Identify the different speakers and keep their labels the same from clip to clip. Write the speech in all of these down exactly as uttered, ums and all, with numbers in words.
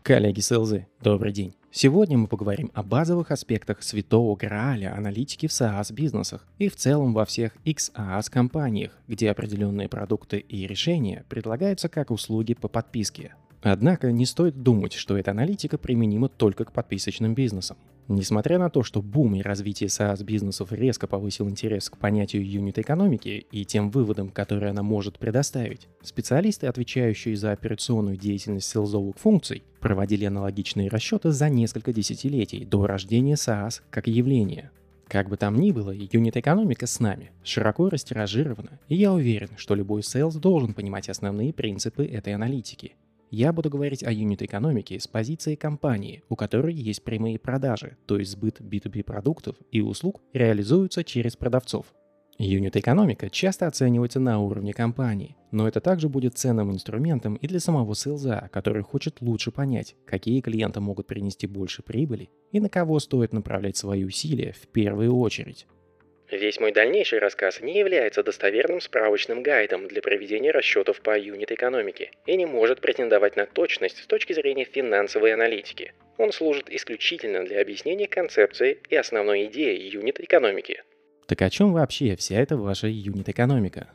Speaker 1: Коллеги селзы, добрый день. Сегодня мы поговорим о базовых аспектах святого грааля аналитики в SaaS-бизнесах и в целом во всех икс aaS-компаниях, где определенные продукты и решения предлагаются как услуги по подписке. Однако не стоит думать, что эта аналитика применима только к подписочным бизнесам. Несмотря на то, что бум и развитие SaaS-бизнесов резко повысил интерес к понятию юнит-экономики и тем выводам, которые она может предоставить, специалисты, отвечающие за операционную деятельность селзовых функций, проводили аналогичные расчеты за несколько десятилетий до рождения SaaS как явления. Как бы там ни было, юнит-экономика с нами широко растиражирована, и я уверен, что любой селс должен понимать основные принципы этой аналитики. Я буду говорить о юнит-экономике с позиции компании, у которой есть прямые продажи, то есть сбыт би ту би продуктов и услуг реализуется через продавцов. Юнит-экономика часто оценивается на уровне компании, но это также будет ценным инструментом и для самого селза, который хочет лучше понять, какие клиенты могут принести больше прибыли и на кого стоит направлять свои усилия в первую очередь. Весь мой дальнейший рассказ не является достоверным справочным гайдом для проведения расчетов по юнит-экономике и не может претендовать на точность с точки зрения финансовой аналитики. Он служит исключительно для объяснения концепции и основной идеи юнит-экономики. Так о чем вообще вся эта ваша юнит-экономика?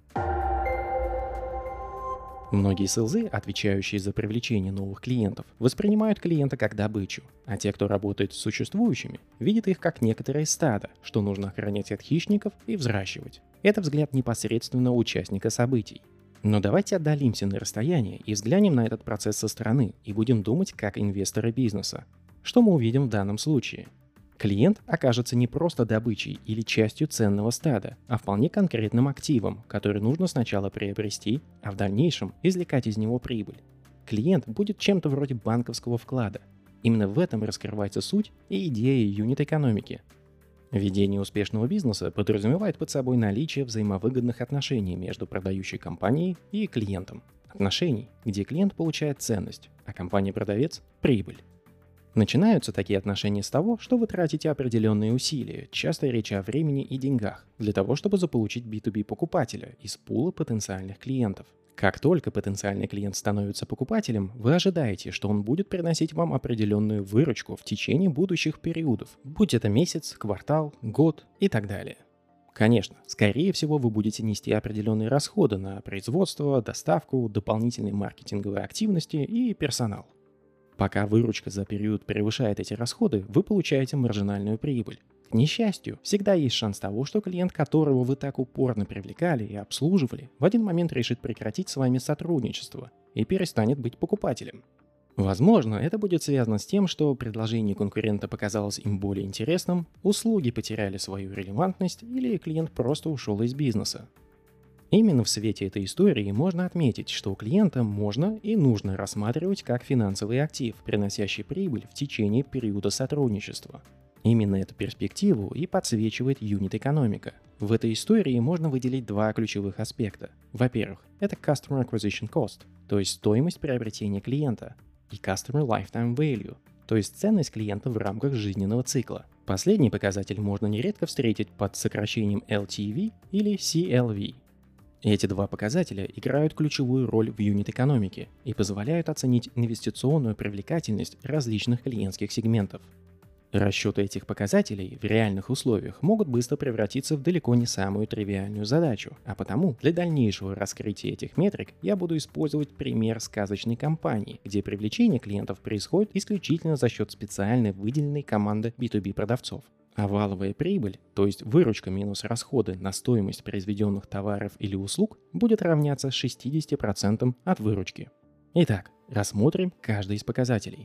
Speaker 1: Многие селзы, отвечающие за привлечение новых клиентов, воспринимают клиента как добычу, а те, кто работает с существующими, видят их как некоторое стадо, что нужно охранять от хищников и взращивать. Это взгляд непосредственно участника событий. Но давайте отдалимся на расстояние и взглянем на этот процесс со стороны и будем думать как инвесторы бизнеса. Что мы увидим в данном случае? Клиент окажется не просто добычей или частью ценного стада, а вполне конкретным активом, который нужно сначала приобрести, а в дальнейшем извлекать из него прибыль. Клиент будет чем-то вроде банковского вклада. Именно в этом раскрывается суть и идея юнит-экономики. Ведение успешного бизнеса подразумевает под собой наличие взаимовыгодных отношений между продающей компанией и клиентом. Отношений, где клиент получает ценность, а компания-продавец – прибыль. Начинаются такие отношения с того, что вы тратите определенные усилия, часто речь о времени и деньгах, для того, чтобы заполучить би ту би покупателя из пула потенциальных клиентов. Как только потенциальный клиент становится покупателем, вы ожидаете, что он будет приносить вам определенную выручку в течение будущих периодов, будь это месяц, квартал, год и так далее. Конечно, скорее всего вы будете нести определенные расходы на производство, доставку, дополнительные маркетинговые активности и персонал. Пока выручка за период превышает эти расходы, вы получаете маржинальную прибыль. К несчастью, всегда есть шанс того, что клиент, которого вы так упорно привлекали и обслуживали, в один момент решит прекратить с вами сотрудничество и перестанет быть покупателем. Возможно, это будет связано с тем, что предложение конкурента показалось им более интересным, услуги потеряли свою релевантность или клиент просто ушел из бизнеса. Именно в свете этой истории можно отметить, что клиента можно и нужно рассматривать как финансовый актив, приносящий прибыль в течение периода сотрудничества. Именно эту перспективу и подсвечивает юнит-экономика. В этой истории можно выделить два ключевых аспекта. Во-первых, это Customer Acquisition Cost, то есть стоимость приобретения клиента, и Customer Lifetime Value, то есть ценность клиента в рамках жизненного цикла. Последний показатель можно нередко встретить под сокращением эл ти ви или си эл ви. Эти два показателя играют ключевую роль в юнит-экономике и позволяют оценить инвестиционную привлекательность различных клиентских сегментов. Расчеты этих показателей в реальных условиях могут быстро превратиться в далеко не самую тривиальную задачу, а потому для дальнейшего раскрытия этих метрик я буду использовать пример сказочной компании, где привлечение клиентов происходит исключительно за счет специально выделенной команды би ту би продавцов. А валовая прибыль, то есть выручка минус расходы на стоимость произведенных товаров или услуг, будет равняться шестьдесят процентов от выручки. Итак, рассмотрим каждый из показателей.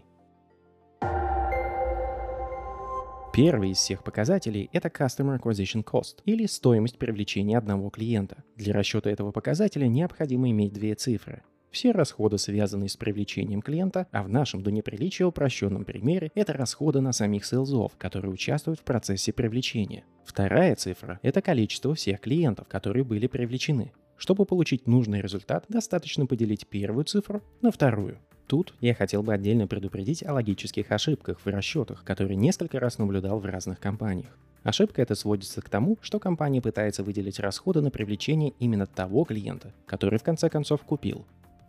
Speaker 1: Первый из всех показателей – это Customer Acquisition Cost, или стоимость привлечения одного клиента. Для расчета этого показателя необходимо иметь две цифры. Все расходы, связанные с привлечением клиента, а в нашем до неприличия упрощенном примере это расходы на самих селзов, которые участвуют в процессе привлечения. Вторая цифра – это количество всех клиентов, которые были привлечены. Чтобы получить нужный результат, достаточно поделить первую цифру на вторую. Тут я хотел бы отдельно предупредить о логических ошибках в расчетах, которые несколько раз наблюдал в разных компаниях. Ошибка эта сводится к тому, что компания пытается выделить расходы на привлечение именно того клиента, который в конце концов купил.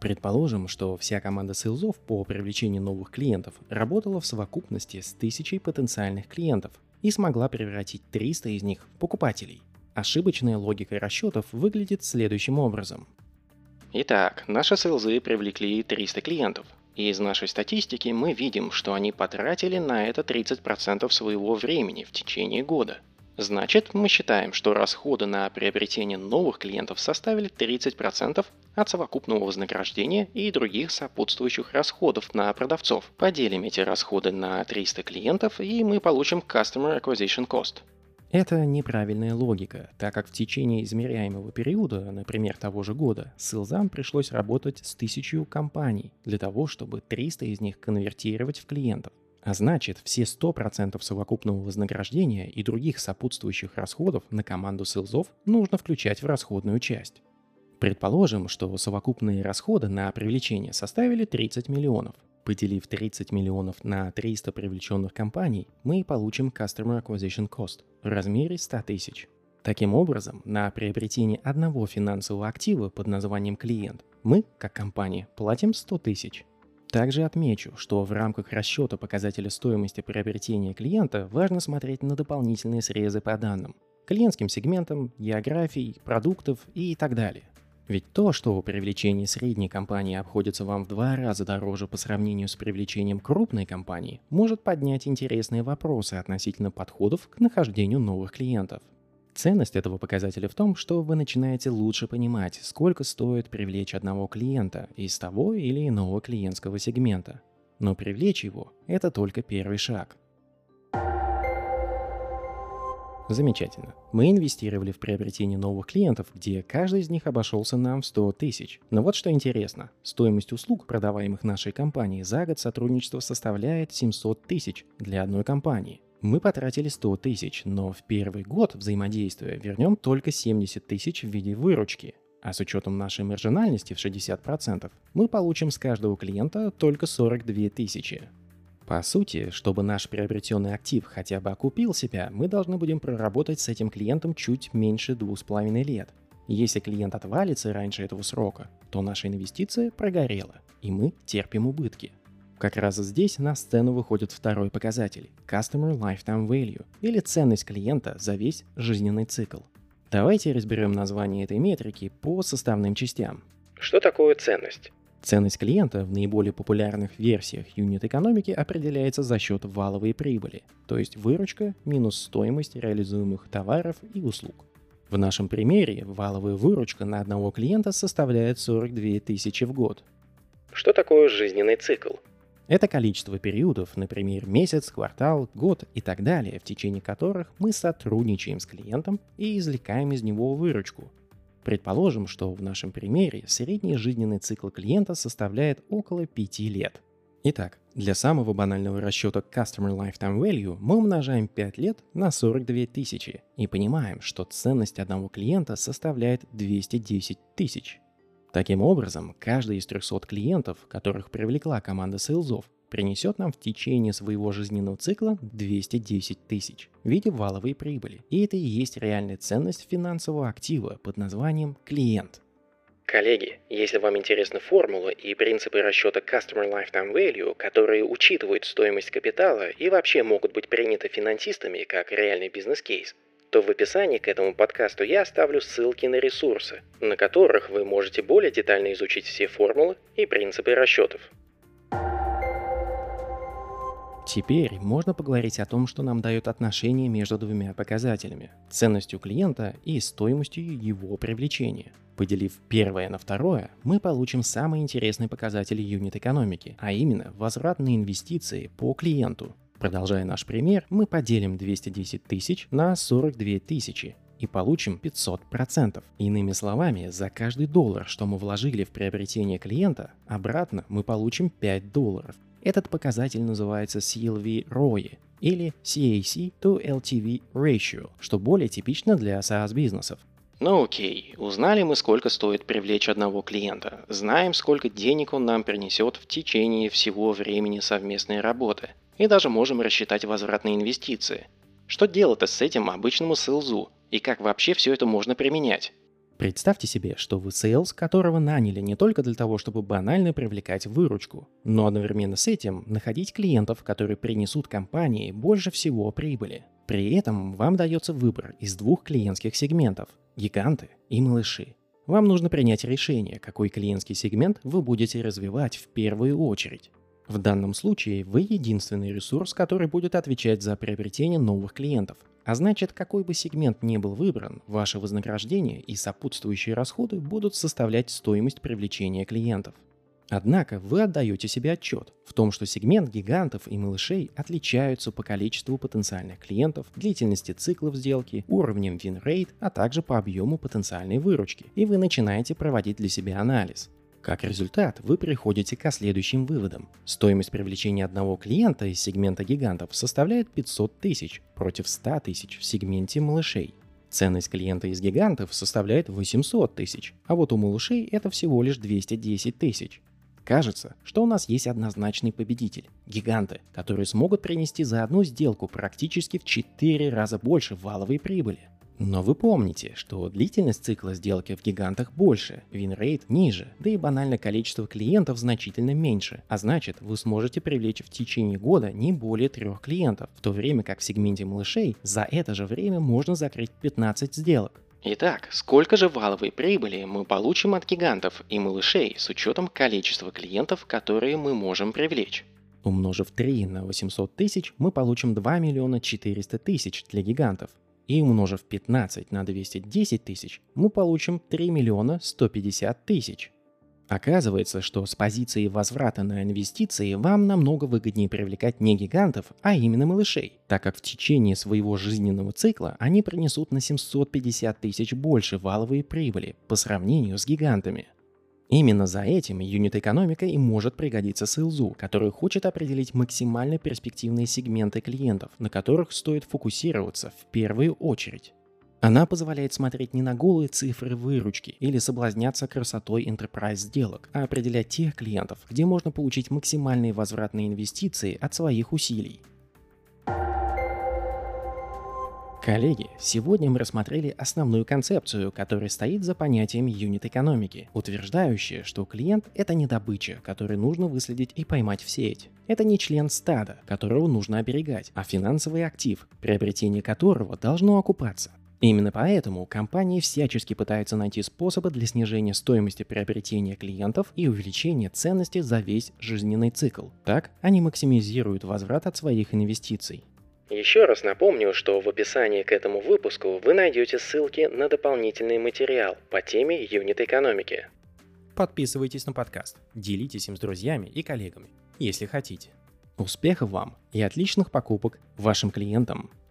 Speaker 1: Предположим, что вся команда сейлзов по привлечению новых клиентов работала в совокупности с тысячей потенциальных клиентов и смогла превратить триста из них в покупателей. Ошибочная логика расчетов выглядит следующим образом. Итак, наши сейлзы привлекли триста клиентов. И из нашей статистики мы видим, что они потратили на это тридцать процентов своего времени в течение года. Значит, мы считаем, что расходы на приобретение новых клиентов составили тридцать процентов от совокупного вознаграждения и других сопутствующих расходов на продавцов. Поделим эти расходы на триста клиентов, и мы получим Customer Acquisition Cost. Это неправильная логика, так как в течение измеряемого периода, например, того же года, сейлзам пришлось работать с тысячей компаний для того, чтобы триста из них конвертировать в клиентов. А значит, все сто процентов совокупного вознаграждения и других сопутствующих расходов на команду сейлзов нужно включать в расходную часть. Предположим, что совокупные расходы на привлечение составили тридцать миллионов. Поделив тридцать миллионов на триста привлеченных компаний, мы получим Customer Acquisition Cost в размере сто тысяч. Таким образом, на приобретение одного финансового актива под названием клиент мы, как компания, платим сто тысяч. Также отмечу, что в рамках расчета показателя стоимости приобретения клиента важно смотреть на дополнительные срезы по данным, клиентским сегментам, географии, продуктов и так далее. Ведь то, что привлечение средней компании обходится вам в два раза дороже по сравнению с привлечением крупной компании, может поднять интересные вопросы относительно подходов к нахождению новых клиентов. Ценность этого показателя в том, что вы начинаете лучше понимать, сколько стоит привлечь одного клиента из того или иного клиентского сегмента. Но привлечь его – это только первый шаг. Замечательно. Мы инвестировали в приобретение новых клиентов, где каждый из них обошелся нам в сто тысяч. Но вот что интересно. Стоимость услуг, продаваемых нашей компанией, за год сотрудничества составляет семьсот тысяч для одной компании. Мы потратили сто тысяч, но в первый год взаимодействия вернем только семьдесят тысяч в виде выручки. А с учетом нашей маржинальности в шестьдесят процентов мы получим с каждого клиента только сорок две тысячи. По сути, чтобы наш приобретенный актив хотя бы окупил себя, мы должны будем проработать с этим клиентом чуть меньше двух с половиной лет. Если клиент отвалится раньше этого срока, то наша инвестиция прогорела, и мы терпим убытки. Как раз здесь на сцену выходит второй показатель – Customer Lifetime Value, или ценность клиента за весь жизненный цикл. Давайте разберем название этой метрики по составным частям. Что такое ценность? Ценность клиента в наиболее популярных версиях юнит-экономики определяется за счет валовой прибыли, то есть выручка минус стоимость реализуемых товаров и услуг. В нашем примере валовая выручка на одного клиента составляет сорок две тысячи в год. Что такое жизненный цикл? Это количество периодов, например, месяц, квартал, год и так далее, в течение которых мы сотрудничаем с клиентом и извлекаем из него выручку. Предположим, что в нашем примере средний жизненный цикл клиента составляет около пяти лет. Итак, для самого банального расчета Customer Lifetime Value мы умножаем пять лет на сорок две тысячи и понимаем, что ценность одного клиента составляет двести десять тысяч. Таким образом, каждый из трехсот клиентов, которых привлекла команда сейлзов, принесет нам в течение своего жизненного цикла двести десять тысяч в виде валовой прибыли. И это и есть реальная ценность финансового актива под названием клиент. Коллеги, если вам интересны формулы и принципы расчета Customer Lifetime Value, которые учитывают стоимость капитала и вообще могут быть приняты финансистами как реальный бизнес-кейс, то в описании к этому подкасту я оставлю ссылки на ресурсы, на которых вы можете более детально изучить все формулы и принципы расчетов. Теперь можно поговорить о том, что нам дает отношение между двумя показателями – ценностью клиента и стоимостью его привлечения. Поделив первое на второе, мы получим самый интересный показатель юнит-экономики, а именно возвратные инвестиции по клиенту. Продолжая наш пример, мы поделим двести десять тысяч на сорок две тысячи и получим пятьсот процентов. Иными словами, за каждый доллар, что мы вложили в приобретение клиента, обратно мы получим пять долларов. Этот показатель называется си эл ви рой или си эй си to эл ти ви ratio, что более типично для SaaS-бизнесов. Ну окей, узнали мы, сколько стоит привлечь одного клиента, знаем, сколько денег он нам принесет в течение всего времени совместной работы, и даже можем рассчитать возвратные инвестиции. Что делать-то с этим обычному сейлзу, и как вообще все это можно применять? Представьте себе, что вы сейлс, которого наняли не только для того, чтобы банально привлекать выручку, но одновременно с этим находить клиентов, которые принесут компании больше всего прибыли. При этом вам дается выбор из двух клиентских сегментов – гиганты и малыши. Вам нужно принять решение, какой клиентский сегмент вы будете развивать в первую очередь. В данном случае вы единственный ресурс, который будет отвечать за приобретение новых клиентов. А значит, какой бы сегмент ни был выбран, ваше вознаграждение и сопутствующие расходы будут составлять стоимость привлечения клиентов. Однако вы отдаете себе отчет в том, что сегмент гигантов и малышей отличаются по количеству потенциальных клиентов, длительности циклов сделки, уровнем win rate, а также по объему потенциальной выручки, и вы начинаете проводить для себя анализ. Как результат, вы приходите к следующим выводам. Стоимость привлечения одного клиента из сегмента гигантов составляет пятьсот тысяч против ста тысяч в сегменте малышей. Ценность клиента из гигантов составляет восемьсот тысяч, а вот у малышей это всего лишь двести десять тысяч. Кажется, что у нас есть однозначный победитель – гиганты, которые смогут принести за одну сделку практически в четыре раза больше валовой прибыли. Но вы помните, что длительность цикла сделки в гигантах больше, win-rate ниже, да и банально количество клиентов значительно меньше, а значит, вы сможете привлечь в течение года не более трех клиентов, в то время как в сегменте малышей за это же время можно закрыть пятнадцать сделок. Итак, сколько же валовой прибыли мы получим от гигантов и малышей с учетом количества клиентов, которые мы можем привлечь? Умножив три на восемьсот тысяч, мы получим два миллиона четыреста тысяч для гигантов. И умножив пятнадцать на двести десять тысяч, мы получим три миллиона сто пятьдесят тысяч. Оказывается, что с позиции возврата на инвестиции вам намного выгоднее привлекать не гигантов, а именно малышей, так как в течение своего жизненного цикла они принесут на семьсот пятьдесят тысяч больше валовой прибыли по сравнению с гигантами. Именно за этим юнит-экономика и может пригодиться сейлзу, который хочет определить максимально перспективные сегменты клиентов, на которых стоит фокусироваться в первую очередь. Она позволяет смотреть не на голые цифры выручки или соблазняться красотой enterprise сделок, а определять тех клиентов, где можно получить максимальные возвратные инвестиции от своих усилий. Коллеги, сегодня мы рассмотрели основную концепцию, которая стоит за понятием юнит-экономики, утверждающая, что клиент – это не добыча, которую нужно выследить и поймать в сеть. Это не член стада, которого нужно оберегать, а финансовый актив, приобретение которого должно окупаться. Именно поэтому компании всячески пытаются найти способы для снижения стоимости приобретения клиентов и увеличения ценности за весь жизненный цикл. Так они максимизируют возврат от своих инвестиций. Еще раз напомню, что в описании к этому выпуску вы найдете ссылки на дополнительный материал по теме юнит-экономики. Подписывайтесь на подкаст, делитесь им с друзьями и коллегами, если хотите. Успехов вам и отличных покупок вашим клиентам!